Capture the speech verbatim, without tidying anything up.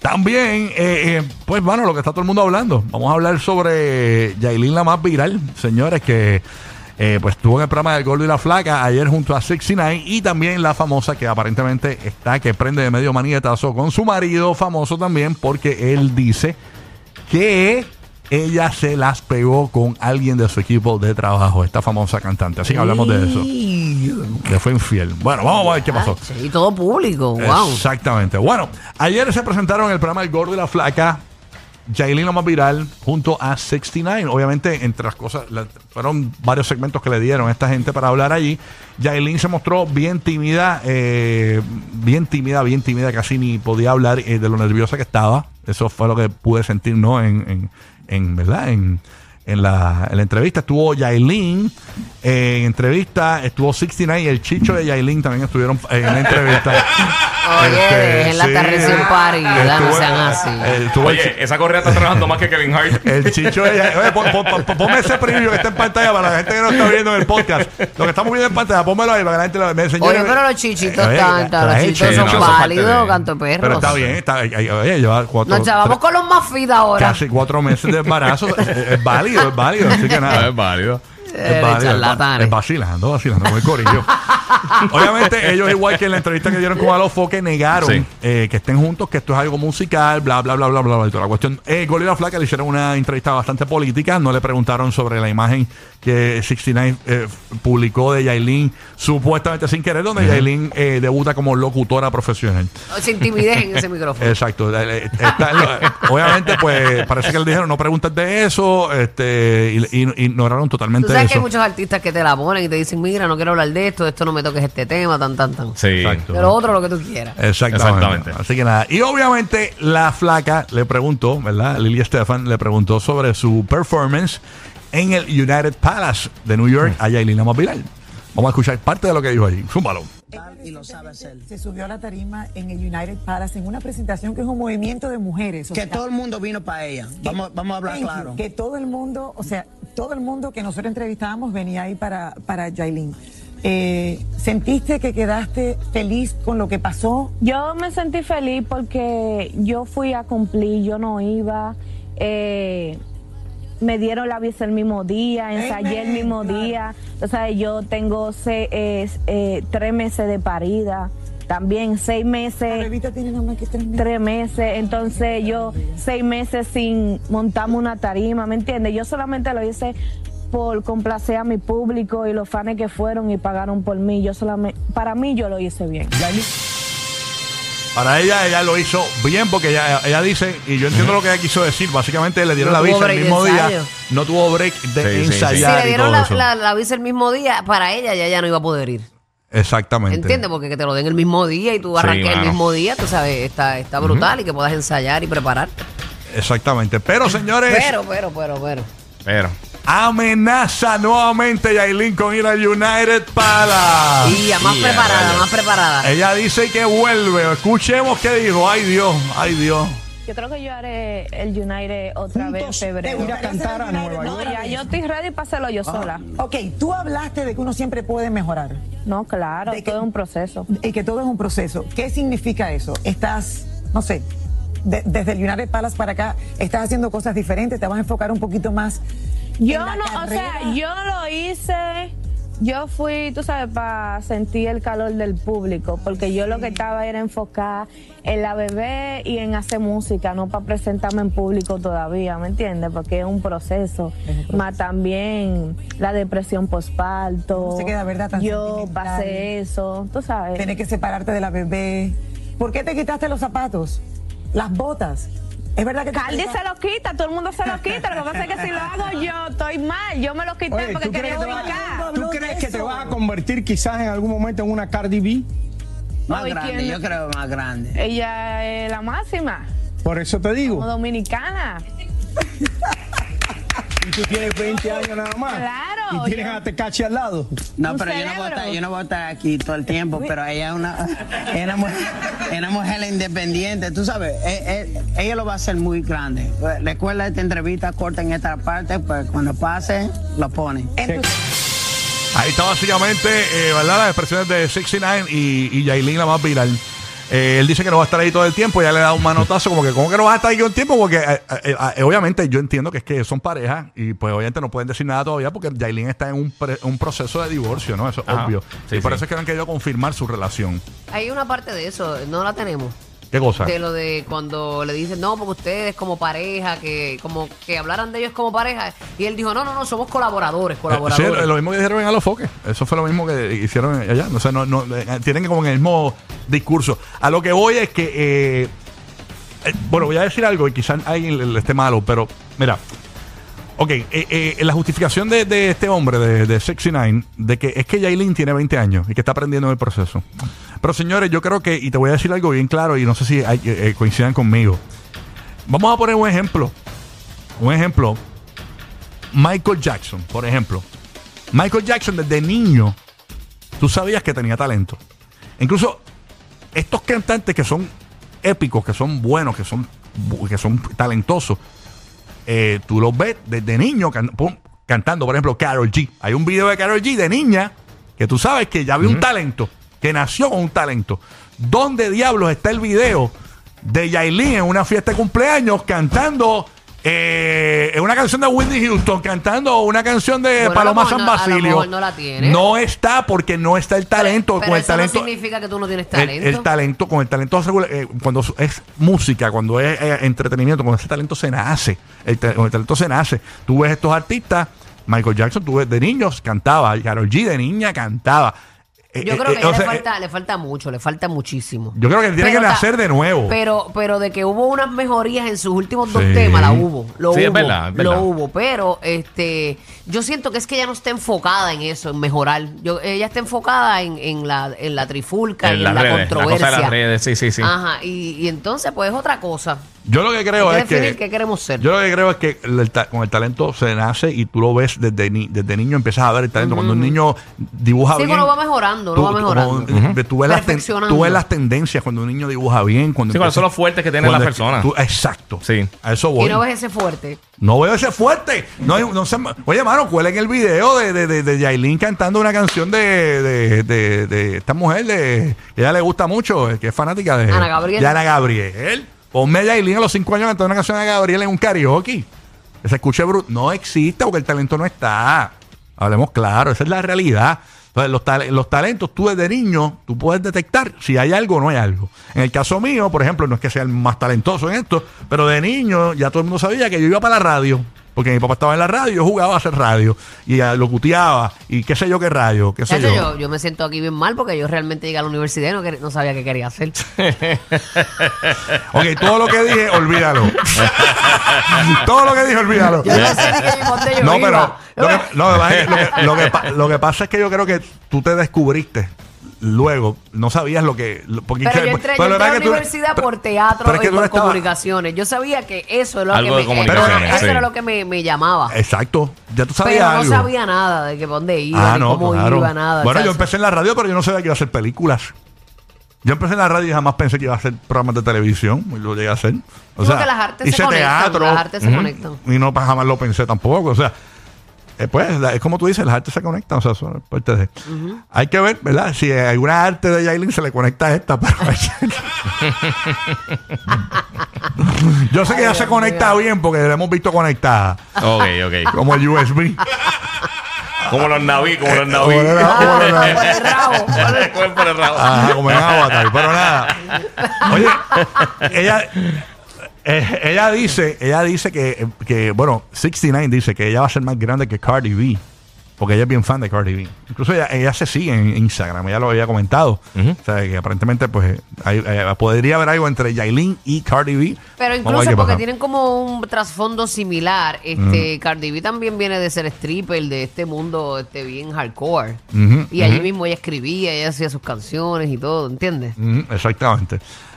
También, eh, eh, pues bueno, lo que está todo el mundo hablando. Vamos a hablar sobre Yailin, la más viral, señores, que eh, pues estuvo en el programa del Gordo y la Flaca ayer junto a sesenta y nueve, y también la famosa que aparentemente está que prende de medio manietazo con su marido famoso también, porque él dice que ella se las pegó con alguien de su equipo de trabajo, esta famosa cantante. Así que hablamos de eso. Le fue infiel. Bueno, vamos a ver qué pasó. Y todo público, wow. Exactamente. Bueno, ayer se presentaron en el programa El Gordo y la Flaca, Yailin, la más viral, junto a sesenta y nueve. Obviamente, entre las cosas, la, fueron varios segmentos que le dieron a esta gente para hablar allí. Yailin se mostró bien tímida, eh, bien tímida, bien tímida, casi ni podía hablar eh, de lo nerviosa que estaba. Eso fue lo que pude sentir, ¿no? En, en, en ¿verdad? En, en, la, en la entrevista estuvo Yailin, eh, en entrevista estuvo sesenta y nueve, y el chicho de Yailin también estuvieron eh, en la entrevista. Oye, este, dejen la sí, recién parida, no sean así. Eh, Oye, el, esa correa está trabajando más que Kevin Hart. El chicho de Yailin. Oye, pon, pon, pon, ponme ese preview que está en pantalla para la gente que no está viendo en el podcast. Lo que estamos viendo en pantalla, pónmelo ahí para que la gente lo vea. Oye, pero los chichitos eh, están, los chichitos son no, válidos, canto de perros. Pero está bien, está, oye, lleva cuatro. Nos chavamos con los más fit ahora. Casi cuatro meses de embarazo. es, es válido, es válido. Así que nada. Es válido. Es, válido, es vacilando, vacilando con el corillo. Obviamente, ellos, igual que en la entrevista que dieron con Alofoque, negaron sí. eh, que estén juntos, que esto es algo musical, bla, bla, bla, bla, bla, bla. Y toda la cuestión. Eh, Gordo y la Flaca le hicieron una entrevista bastante política. No le preguntaron sobre la imagen que sesenta y nueve eh, publicó de Yailin, supuestamente sin querer, donde uh-huh. Yailin eh, debuta como locutora profesional. Sin timidez en ese micrófono. Exacto. Está, obviamente, pues parece que le dijeron no preguntes de eso, este, y, y ignoraron totalmente ¿Tú sabes eso. Que hay muchos artistas que te la ponen y te dicen, mira, no quiero hablar de esto, esto no me toques este tema, tan, tan, tan. Sí. Exacto. Pero otro lo que tú quieras. Exactamente. Exactamente. Así que nada. Y obviamente la Flaca le preguntó, ¿verdad? Lili Estefan le preguntó sobre su performance en el United Palace de New York a Yailin, la más viral. Vamos a escuchar parte de lo que dijo allí. Zúmbalo. Y lo sabe hacer. Se subió a la tarima en el United Palace en una presentación que es un movimiento de mujeres. O que sea, todo el mundo vino para ella. Vamos, vamos a hablar claro. You, que todo el mundo, o sea, todo el mundo que nosotros entrevistábamos venía ahí para, para Yailin. Eh, ¿Sentiste que quedaste feliz con lo que pasó? Yo me sentí feliz porque yo fui a cumplir, yo no iba. Eh, me dieron la visa el mismo día, ensayé el mismo claro. día. O sea, yo tengo seis, eh, eh, tres meses de parida. También seis meses. La bebita tiene nada más que tres meses. Tres meses. Entonces yo seis meses sin montarme una tarima, ¿me entiendes? Yo solamente lo hice por complacer a mi público y los fans que fueron y pagaron por mí. Yo solamente, para mí yo lo hice bien. Para ella, ella lo hizo bien porque ella, ella dice, y yo entiendo lo que ella quiso decir, básicamente le dieron no la visa el mismo día, no tuvo break de sí, ensayar. Sí, sí. Si le dieron la, la, la visa el mismo día, para ella ya, ya no iba a poder ir. Exactamente. ¿Entiendes? Porque que te lo den el mismo día y tú arranques sí, el mismo día, tú sabes, está, está brutal uh-huh. y que puedas ensayar y prepararte. Exactamente. Pero, señores. Pero, pero, pero, pero. Pero. Amenaza nuevamente Yailin con ir al United Palace. Y ya, más yeah, preparada, vaya. más preparada. Ella dice que vuelve. Escuchemos qué dijo. Ay, Dios, ay, Dios. Yo creo que yo haré el United otra vez en febrero. Ir a cantar a Nueva York. No, ya yo estoy ready para hacerlo yo ah. sola. Ok, tú hablaste de que uno siempre puede mejorar. No, claro, de todo es un proceso. Y que todo es un proceso. ¿Qué significa eso? Estás, no sé, de, desde el United Palace para acá, estás haciendo cosas diferentes, te vas a enfocar un poquito más. Yo no, carrera. o sea, yo lo hice, yo fui, tú sabes, para sentir el calor del público, porque yo lo que estaba era enfocada en la bebé y en hacer música, no para presentarme en público todavía, ¿me entiendes? Porque es un proceso, proceso. más también la depresión postparto. No se queda, ¿verdad? Tan yo pasé eso, tú sabes. Tienes que separarte de la bebé. ¿Por qué te quitaste los zapatos? Las botas. Es verdad que Caldi se los quita, todo el mundo se los quita. Lo que pasa es que si lo hago yo, estoy mal. Yo me los quité Oye, porque quería brincar. ¿Tú crees que te vas a convertir quizás en algún momento en una Cardi B? Más Oye, grande, yo creo más grande. Ella es la máxima. Por eso te digo. Como dominicana. Y tú tienes veinte años nada más. Claro. Y tienes yo... a Tecachi al lado. No, pero yo no, voy a estar, yo no voy a estar aquí todo el tiempo, pero ella es una, es una, mujer, es una mujer independiente. Tú sabes, ella, ella lo va a hacer muy grande. Recuerda esta entrevista corta en esta parte, pues cuando pase, lo pone. Ahí está básicamente, eh, ¿verdad? Las expresiones de sesenta y nueve y, y Yailin, la más viral. Eh, él dice que no va a estar ahí todo el tiempo. Ya le da un manotazo como que, ¿cómo que no vas a estar ahí todo el tiempo? Porque eh, eh, eh, obviamente yo entiendo que es que son parejas y pues obviamente no pueden decir nada todavía porque Yailin está en un, pre, un proceso de divorcio, ¿no? Eso es Ajá. obvio. Sí, y por sí. eso es que han querido confirmar su relación. Hay una parte de eso, no la tenemos. ¿Qué cosa? De lo de cuando le dicen, no, porque ustedes como pareja, que como que hablaran de ellos como pareja. Y él dijo, no, no, no, somos colaboradores, colaboradores. Eh, sí, lo mismo que dijeron en A los Foques. Eso fue lo mismo que hicieron allá. O sea, no, no, eh, tienen como en el mismo discurso. A lo que voy es que, eh, eh, bueno, voy a decir algo y quizás a alguien le, le esté malo, pero mira, ok, eh, eh, la justificación de, de este hombre, de, de sesenta y nueve, de que es que Yailin tiene veinte años y que está aprendiendo en el proceso. Pero señores, yo creo que, y te voy a decir algo bien claro y no sé si hay, eh, coincidan conmigo. Vamos a poner un ejemplo. Un ejemplo. Michael Jackson, por ejemplo. Michael Jackson desde niño, tú sabías que tenía talento. Incluso estos cantantes que son épicos, que son buenos, que son, que son talentosos, eh, tú los ves desde niño can, pum, cantando. Por ejemplo, Karol G. Hay un video de Karol G de niña que tú sabes que ya había uh-huh. un talento, que nació con un talento. ¿Dónde diablos está el video de Yailin en una fiesta de cumpleaños cantando eh, una canción de Whitney Houston, cantando una canción de bueno, Paloma San Basilio? No, la tiene. No está porque no está el talento. Pero, pero con el eso talento no significa que tú no tienes talento. El, el talento, con el talento eh, cuando es música, cuando es eh, entretenimiento, cuando ese talento se nace, el, con el talento se nace. Tú ves estos artistas, Michael Jackson, tú ves de niños cantaba, Karol G de niña cantaba. Yo creo que eh, eh, le, sea, falta, eh, le falta mucho, le falta muchísimo. Yo creo que tiene pero que nacer de nuevo. Pero pero de que hubo unas mejorías en sus últimos dos sí. temas, la hubo. Lo sí, hubo, es verdad, es verdad. Lo hubo. Pero este yo siento que es que ella no está enfocada en eso, en mejorar. Yo, ella está enfocada en, en, la, en la trifulca, en, en la redes, controversia. La cosa de las redes, sí, sí, sí. Ajá, y, y entonces pues es otra cosa. Yo lo que creo Hay es que definir que qué queremos ser. Yo lo que creo es que el, con el talento se nace y tú lo ves desde, ni, desde niño, empiezas a ver el talento. Uh-huh. Cuando un niño dibuja sí, bien. Sí, uno va mejorando, uno va mejorando. Como, uh-huh. tú, ves las ten, tú ves las tendencias cuando un niño dibuja bien. Cuando sí, cuáles son los fuertes que tienen las personas. Tú, exacto. Sí. A eso voy. Y no ves ese fuerte. No veo ese fuerte. No, no se, oye, mano, ¿cuál es el video de, de, de, de Yailin cantando una canción de, de, de, de esta mujer de, que a ella le gusta mucho, que es fanática de Ana Gabriel? De Ana Gabriel. Ponme a Yailin a los cinco años cantando una canción de Ana Gabriel en un karaoke. Que se escuche bruto. No existe porque el talento no está. Hablemos claro, esa es la realidad. Entonces, los, tal los talentos, tú desde niño, tú puedes detectar si hay algo o no hay algo. En el caso mío, por ejemplo, no es que sea el más talentoso en esto, pero de niño ya todo el mundo sabía que yo iba para la radio. Porque mi papá estaba en la radio, yo jugaba a hacer radio y uh, locuteaba y qué sé yo qué radio, qué sé yo. yo. Yo me siento aquí bien mal porque yo realmente llegué a la universidad y no, no sabía qué quería hacer. Ok, todo lo que dije, olvídalo. Todo lo que dije, olvídalo. Yo no sé ni qué dónde yo no, iba. Pero lo que, no, lo, que, lo, que, lo, que, lo que pasa es que yo creo que tú te descubriste. Luego, no sabías lo que... Porque pero que, yo entré, pero yo entré a la tú, universidad pero, por teatro pero es que y por estaba, comunicaciones. Yo sabía que eso, es lo algo que de me, comunicaciones, eso sí. era lo que me, me llamaba. Exacto. Ya tú sabías pero no algo. sabía nada de que dónde iba, ah, ni no, cómo claro. iba, nada. Bueno, ¿sabes? yo empecé en la radio, pero yo no sabía que iba a hacer películas. Yo empecé en la radio y jamás pensé que iba a hacer programas de televisión. Y lo llegué a hacer. O sea, que las artes hice se conectan. teatro. Las artes se uh-huh. conectan. Y no jamás lo pensé tampoco. O sea... Eh, pues es como tú dices, las artes se conectan, o sea, son parte de... Uh-huh. Hay que ver, ¿verdad? Si alguna arte de Yailin se le conecta a esta, pero... Yo sé que ya se conecta bien porque la hemos visto conectada. Ok, ok. Como el U S B. Como los naví, como los naví. Como los Por el rabo. Por el rabo. Ajá, como en Avatar, pero nada. Oye, ella... Eh, ella dice, ella dice que, que, bueno, sesenta y nueve dice que ella va a ser más grande que Cardi B. Porque ella es bien fan de Cardi B. Incluso ella, ella se sigue en Instagram, ella lo había comentado. Uh-huh. O sea, que aparentemente pues hay, eh, podría haber algo entre Yailin y Cardi B. Pero incluso porque tienen como un trasfondo similar. Este uh-huh. Cardi B también viene de ser stripper, de este mundo este bien hardcore. Uh-huh. Y allí uh-huh. mismo ella escribía, ella hacía sus canciones y todo, ¿entiendes? Uh-huh. Exactamente.